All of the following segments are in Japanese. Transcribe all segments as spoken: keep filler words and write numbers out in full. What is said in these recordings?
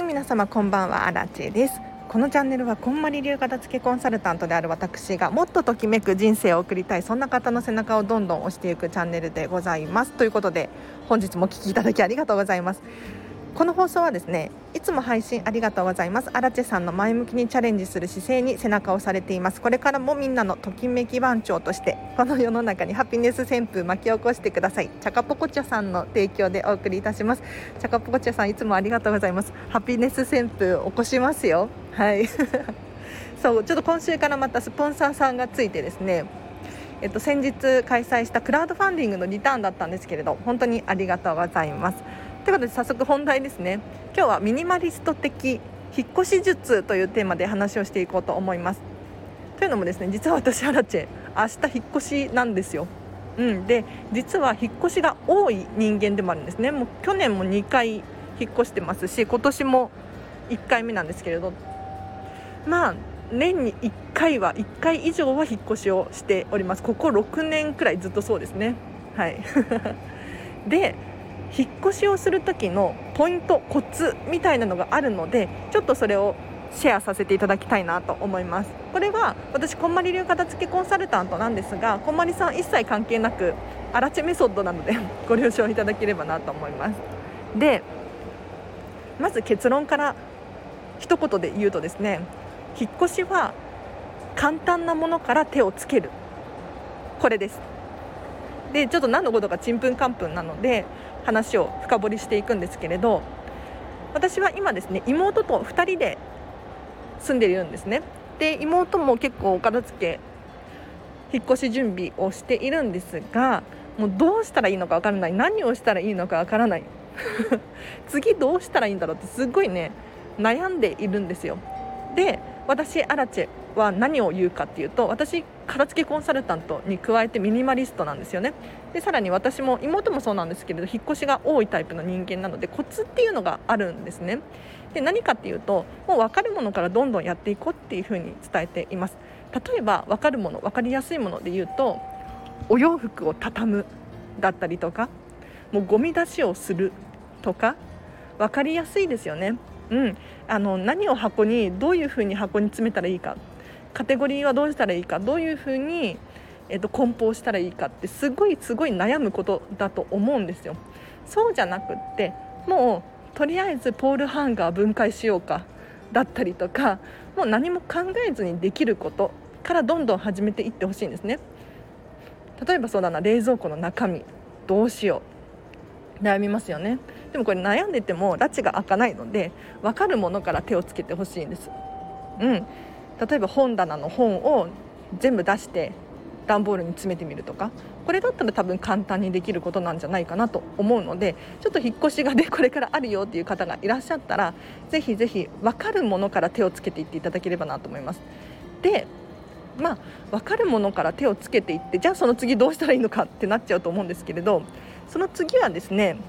皆様こんばんは、アラチェです。このチャンネルはこんまり流片付けコンサルタントである私がもっとときめく人生を送りたい、そんな方の背中をどんどん押していくチャンネルでございます。ということで本日もお聞きいただきありがとうございます。この放送はですね、いつも配信ありがとうございます。アラチェさんの前向きにチャレンジする姿勢に背中を押されています。これからもみんなのときめき番長としてこの世の中にハピネス旋風巻き起こしてください。チャカポコチャさんの提供でお送りいたします。チャカポコチャさん、いつもありがとうございます。ハピネス旋風起こしますよ。はいそうちょっと今週からまたスポンサーさんがついてですね、えっと、先日開催したクラウドファンディングのリターンだったんですけれど、本当にありがとうございます。ということで早速本題ですね。今日はミニマリスト的引っ越し術というテーマで話をしていこうと思います。というのもですね、実は私アラチェ明日引っ越しなんですよ。うん、で実は引っ越しが多い人間でもあるんですね。もう去年もにかい引っ越してますし、今年もいっかいめなんですけれど、まあ年にいっかいはいっかい以上は引っ越しをしております。こころくねんくらいずっとそうですね。はいで引っ越しをする時のポイント、コツみたいなのがあるので、ちょっとそれをシェアさせていただきたいなと思います。これは私こんまり流片付けコンサルタントなんですが、こんまりさん一切関係なくアラチェメソッドなのでご了承いただければなと思います。でまず結論から一言で言うとですね、引っ越しは簡単なものから手をつける、これです。でちょっと何のことかちんぷんかんぷんなので話を深掘りしていくんですけれど、私は今ですね、妹とふたりで住んでいるんですね。で妹も結構お片付け引っ越し準備をしているんですが、もうどうしたらいいのかわからない、何をしたらいいのかわからない次どうしたらいいんだろうってすごいね悩んでいるんですよ。で私アラチェは何を言うかっていうと、私片付けコンサルタントに加えてミニマリストなんですよね。でさらに私も妹もそうなんですけれど、引っ越しが多いタイプの人間なのでコツっていうのがあるんですね。で何かっていうと、もう分かるものからどんどんやっていこうっていうふうに伝えています。例えば分かるもの、分かりやすいもので言うと、お洋服を畳むだったりとか、もうゴミ出しをするとか、分かりやすいですよね。うん、あの何を箱にどういうふうに箱に詰めたらいいか、カテゴリーはどうしたらいいか、どういうふうに、えっと、梱包したらいいかってすごいすごい悩むことだと思うんですよ。そうじゃなくって、もうとりあえずポールハンガー分解しようかだったりとか、もう何も考えずにできることからどんどん始めていってほしいんですね。例えばそうだな、冷蔵庫の中身どうしよう、悩みますよね。でもこれ悩んでても拉致が開かないので、分かるものから手をつけてほしいんです。うん、例えば本棚の本を全部出して段ボールに詰めてみるとか、これだったら多分簡単にできることなんじゃないかなと思うので、ちょっと引っ越しがねこれからあるよっていう方がいらっしゃったら、ぜひぜひ分かるものから手をつけていっていただければなと思います。でまあ分かるものから手をつけていって、じゃあその次どうしたらいいのかってなっちゃうと思うんですけれど、その次はですね、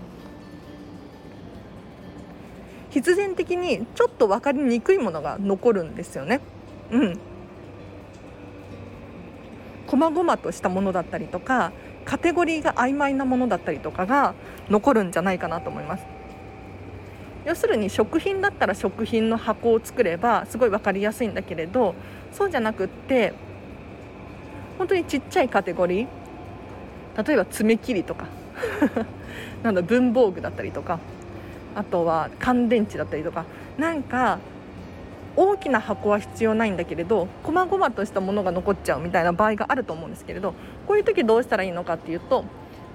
必然的にちょっと分かりにくいものが残るんですよね。うん、細々としたものだったりとか、カテゴリーが曖昧なものだったりとかが残るんじゃないかなと思います。要するに食品だったら食品の箱を作ればすごい分かりやすいんだけれど、そうじゃなくって本当にちっちゃいカテゴリー、例えば爪切りとかなんだ文房具だったりとか、あとは乾電池だったりとか、なんか大きな箱は必要ないんだけれど細々としたものが残っちゃうみたいな場合があると思うんですけれど、こういう時どうしたらいいのかっていうと、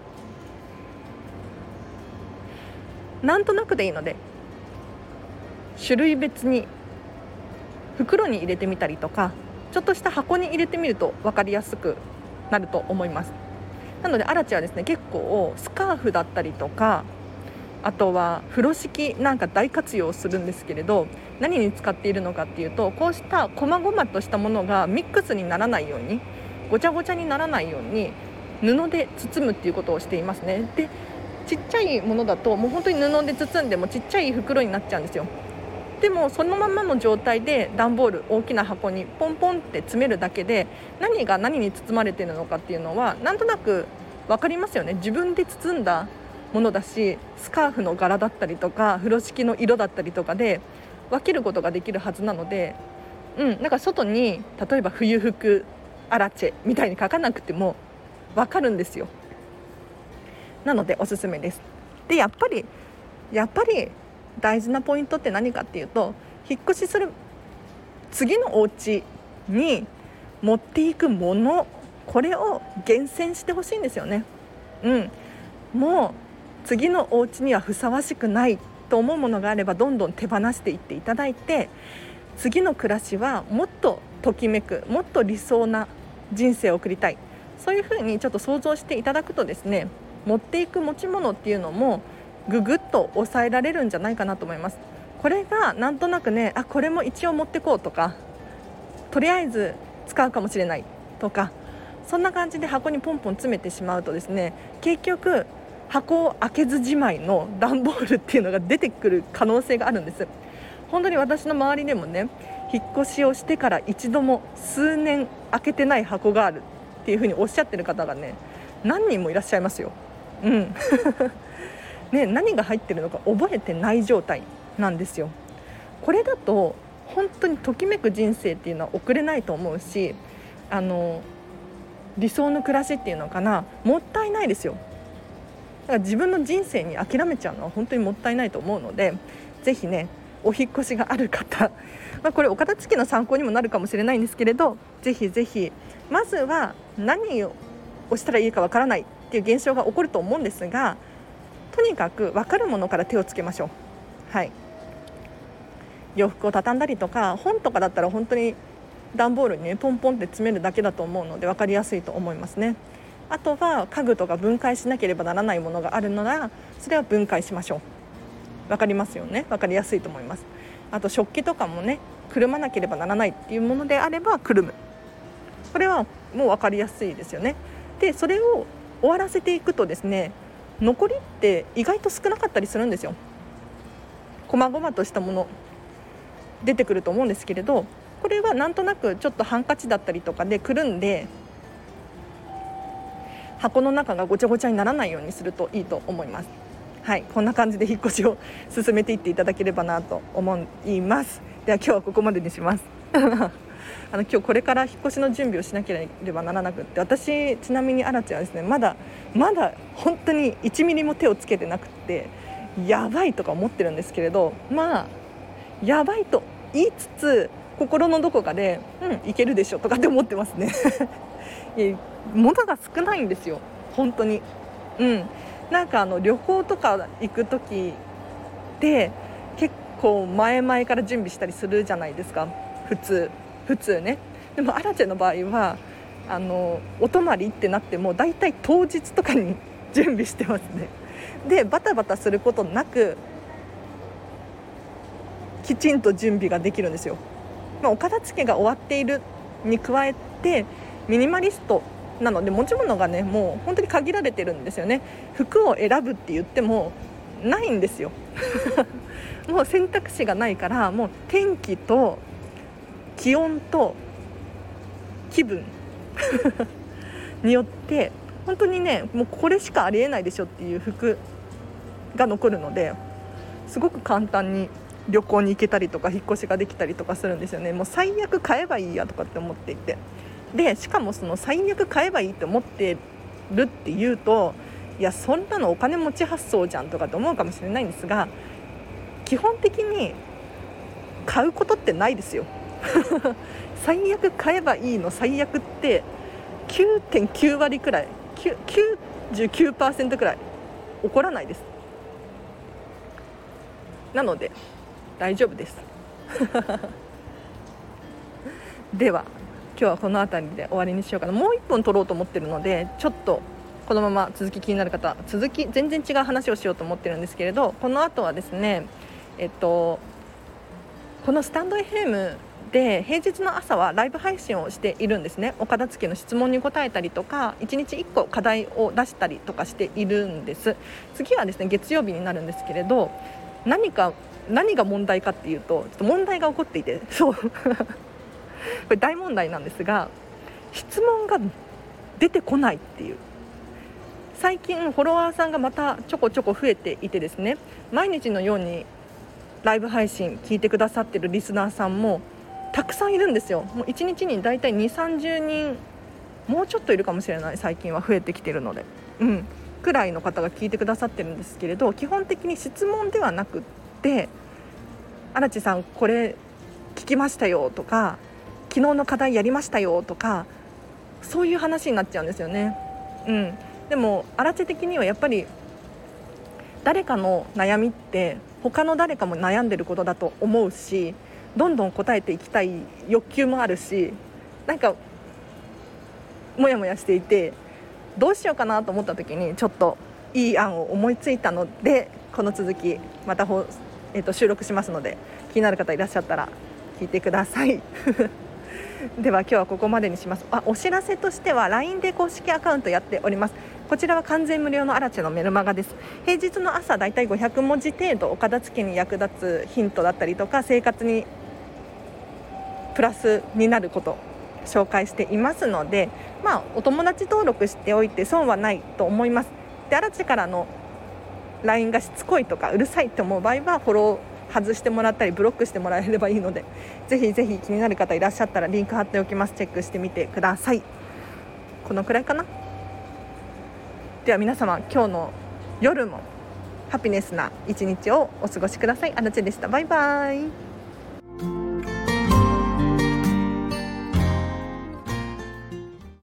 なんとなくでいいので種類別に袋に入れてみたりとか、ちょっとした箱に入れてみると分かりやすくなると思います。なのでアラチはですね、結構スカーフだったりとか、あとは風呂敷なんか大活用するんですけれど、何に使っているのかっていうと、こうした細々としたものがミックスにならないように、ごちゃごちゃにならないように布で包むっていうことをしていますね。でちっちゃいものだともう本当に布で包んでもちっちゃい袋になっちゃうんですよ。でもそのままの状態で段ボール大きな箱にポンポンって詰めるだけで、何が何に包まれているのかっていうのはなんとなく分かりますよね。自分で包んだものだし、スカーフの柄だったりとか風呂敷の色だったりとかで分けることができるはずなので、うん、なんか外に例えば冬服アラチェみたいに書かなくても分かるんですよ。なのでおすすめです。でやっぱりやっぱり大事なポイントって何かっていうと、引っ越しする次のお家に持っていくもの、これを厳選してほしいんですよね。うん、もう次のお家にはふさわしくないと思うものがあればどんどん手放していっていただいて、次の暮らしはもっとときめく、もっと理想な人生を送りたい、そういうふうにちょっと想像していただくとですね、持っていく持ち物っていうのもぐぐっと抑えられるんじゃないかなと思います。これがなんとなくね、あこれも一応持ってこうとか、とりあえず使うかもしれないとか、そんな感じで箱にポンポン詰めてしまうとですね、結局箱を開けずじまいの段ボールっていうのが出てくる可能性があるんです。本当に私の周りでもね、引っ越しをしてから一度も数年開けてない箱があるっていうふうにおっしゃってる方がね、何人もいらっしゃいますよ。うんね、何が入ってるのか覚えてない状態なんですよ。これだと本当にときめく人生っていうのは送れないと思うし、あの理想の暮らしっていうのかな、もったいないですよ。だから自分の人生に諦めちゃうのは本当にもったいないと思うので、ぜひね、お引っ越しがある方、まあ、これお片付けの参考にもなるかもしれないんですけれど、ぜひぜひまずは何をしたらいいかわからないっていう現象が起こると思うんですが、とにかく分かるものから手をつけましょう。はい、洋服を畳んだりとか、本とかだったら本当に段ボールに、ね、ポンポンって詰めるだけだと思うので分かりやすいと思いますね。あとは家具とか分解しなければならないものがあるなら、それは分解しましょう。分かりますよね。分かりやすいと思います。あと食器とかもね、くるまなければならないっていうものであればくるむ、これはもう分かりやすいですよね。でそれを終わらせていくとですね、残りって意外と少なかったりするんですよ。細々としたもの出てくると思うんですけれど、これはなんとなくちょっとハンカチだったりとかでくるんで、箱の中がごちゃごちゃにならないようにするといいと思います。はい、こんな感じで引っ越しを進めていっていただければなと思います。では今日はここまでにしますあの今日これから引っ越しの準備をしなければならなくって、私ちなみにアラチはですね、まだまだ本当にいちミリも手をつけてなくってやばいとか思ってるんですけれど、まあやばいと言いつつ心のどこかでうんいけるでしょとかって思ってますね物が少ないんですよ本当に。うんなんかあの旅行とか行く時って結構前々から準備したりするじゃないですか、普通普通ね。でもアラチェの場合はあのお泊まりってなってもだいたい当日とかに準備してますね。でバタバタすることなくきちんと準備ができるんですよ。まあ、お片付けが終わっているに加えてミニマリストなので持ち物がねもう本当に限られてるんですよね。服を選ぶって言ってもないんですよもう選択肢がないから、もう天気と気温と気分によって本当にねもうこれしかありえないでしょっていう服が残るので、すごく簡単に旅行に行けたりとか引っ越しができたりとかするんですよね。もう最悪買えばいいやとかって思っていて、でしかもその最悪買えばいいって思ってるって言うと、いやそんなのお金持ち発想じゃんとかって思うかもしれないんですが、基本的に買うことってないですよ最悪買えばいいの最悪って きゅうてんきゅう 割くらい きゅうじゅうきゅうパーセント くらい起こらないです。なので大丈夫ですでは今日はこの辺りで終わりにしようかな。もういっぽん撮ろうと思ってるので、ちょっとこのまま続き気になる方、続き全然違う話をしようと思ってるんですけれど、この後はですね、えっとこのスタンド エフエム で平日の朝はライブ配信をしているんですね。お片付けの質問に答えたりとか、いちにちいっこ課題を出したりとかしているんです。次はですね月曜日になるんですけれど、何か何が問題かっていうと、ちょっと問題が起こっていて、そうこれ大問題なんですが、質問が出てこないっていう、 最近フォロワーさんがまたちょこちょこ増えていてですね、毎日のようにライブ配信聞いてくださってるリスナーさんもたくさんいるんですよ。もういちにちにだいたいにじゅう、さんじゅうにん、もうちょっといるかもしれない、最近は増えてきてるので、うんくらいの方が聞いてくださってるんですけれど、基本的に質問ではなくって、荒地さんこれ聞きましたよとか、昨日の課題やりましたよとか、そういう話になっちゃうんですよね。うん、でも荒地的にはやっぱり誰かの悩みって他の誰かも悩んでることだと思うし、どんどん答えていきたい欲求もあるし、なんかモヤモヤしていて、どうしようかなと思った時にちょっといい案を思いついたので、この続きまた、えー、と収録しますので、気になる方いらっしゃったら聞いてくださいでは今日はここまでにします。あ、お知らせとしては ライン で公式アカウントやっております。こちらは完全無料の荒地のメルマガです。平日の朝だいたいごひゃくもじ程度、お片付けに役立つヒントだったりとか、生活にプラスになること紹介していますので、まあ、お友達登録しておいて損はないと思います。で、荒地からの ライン がしつこいとかうるさいと思う場合はフォロー外してもらったりブロックしてもらえればいいので、ぜひぜひ気になる方いらっしゃったらリンク貼っておきます。チェックしてみてください。このくらいかな。では皆様、今日の夜もハピネスな一日をお過ごしください。荒地でした。バイバイ。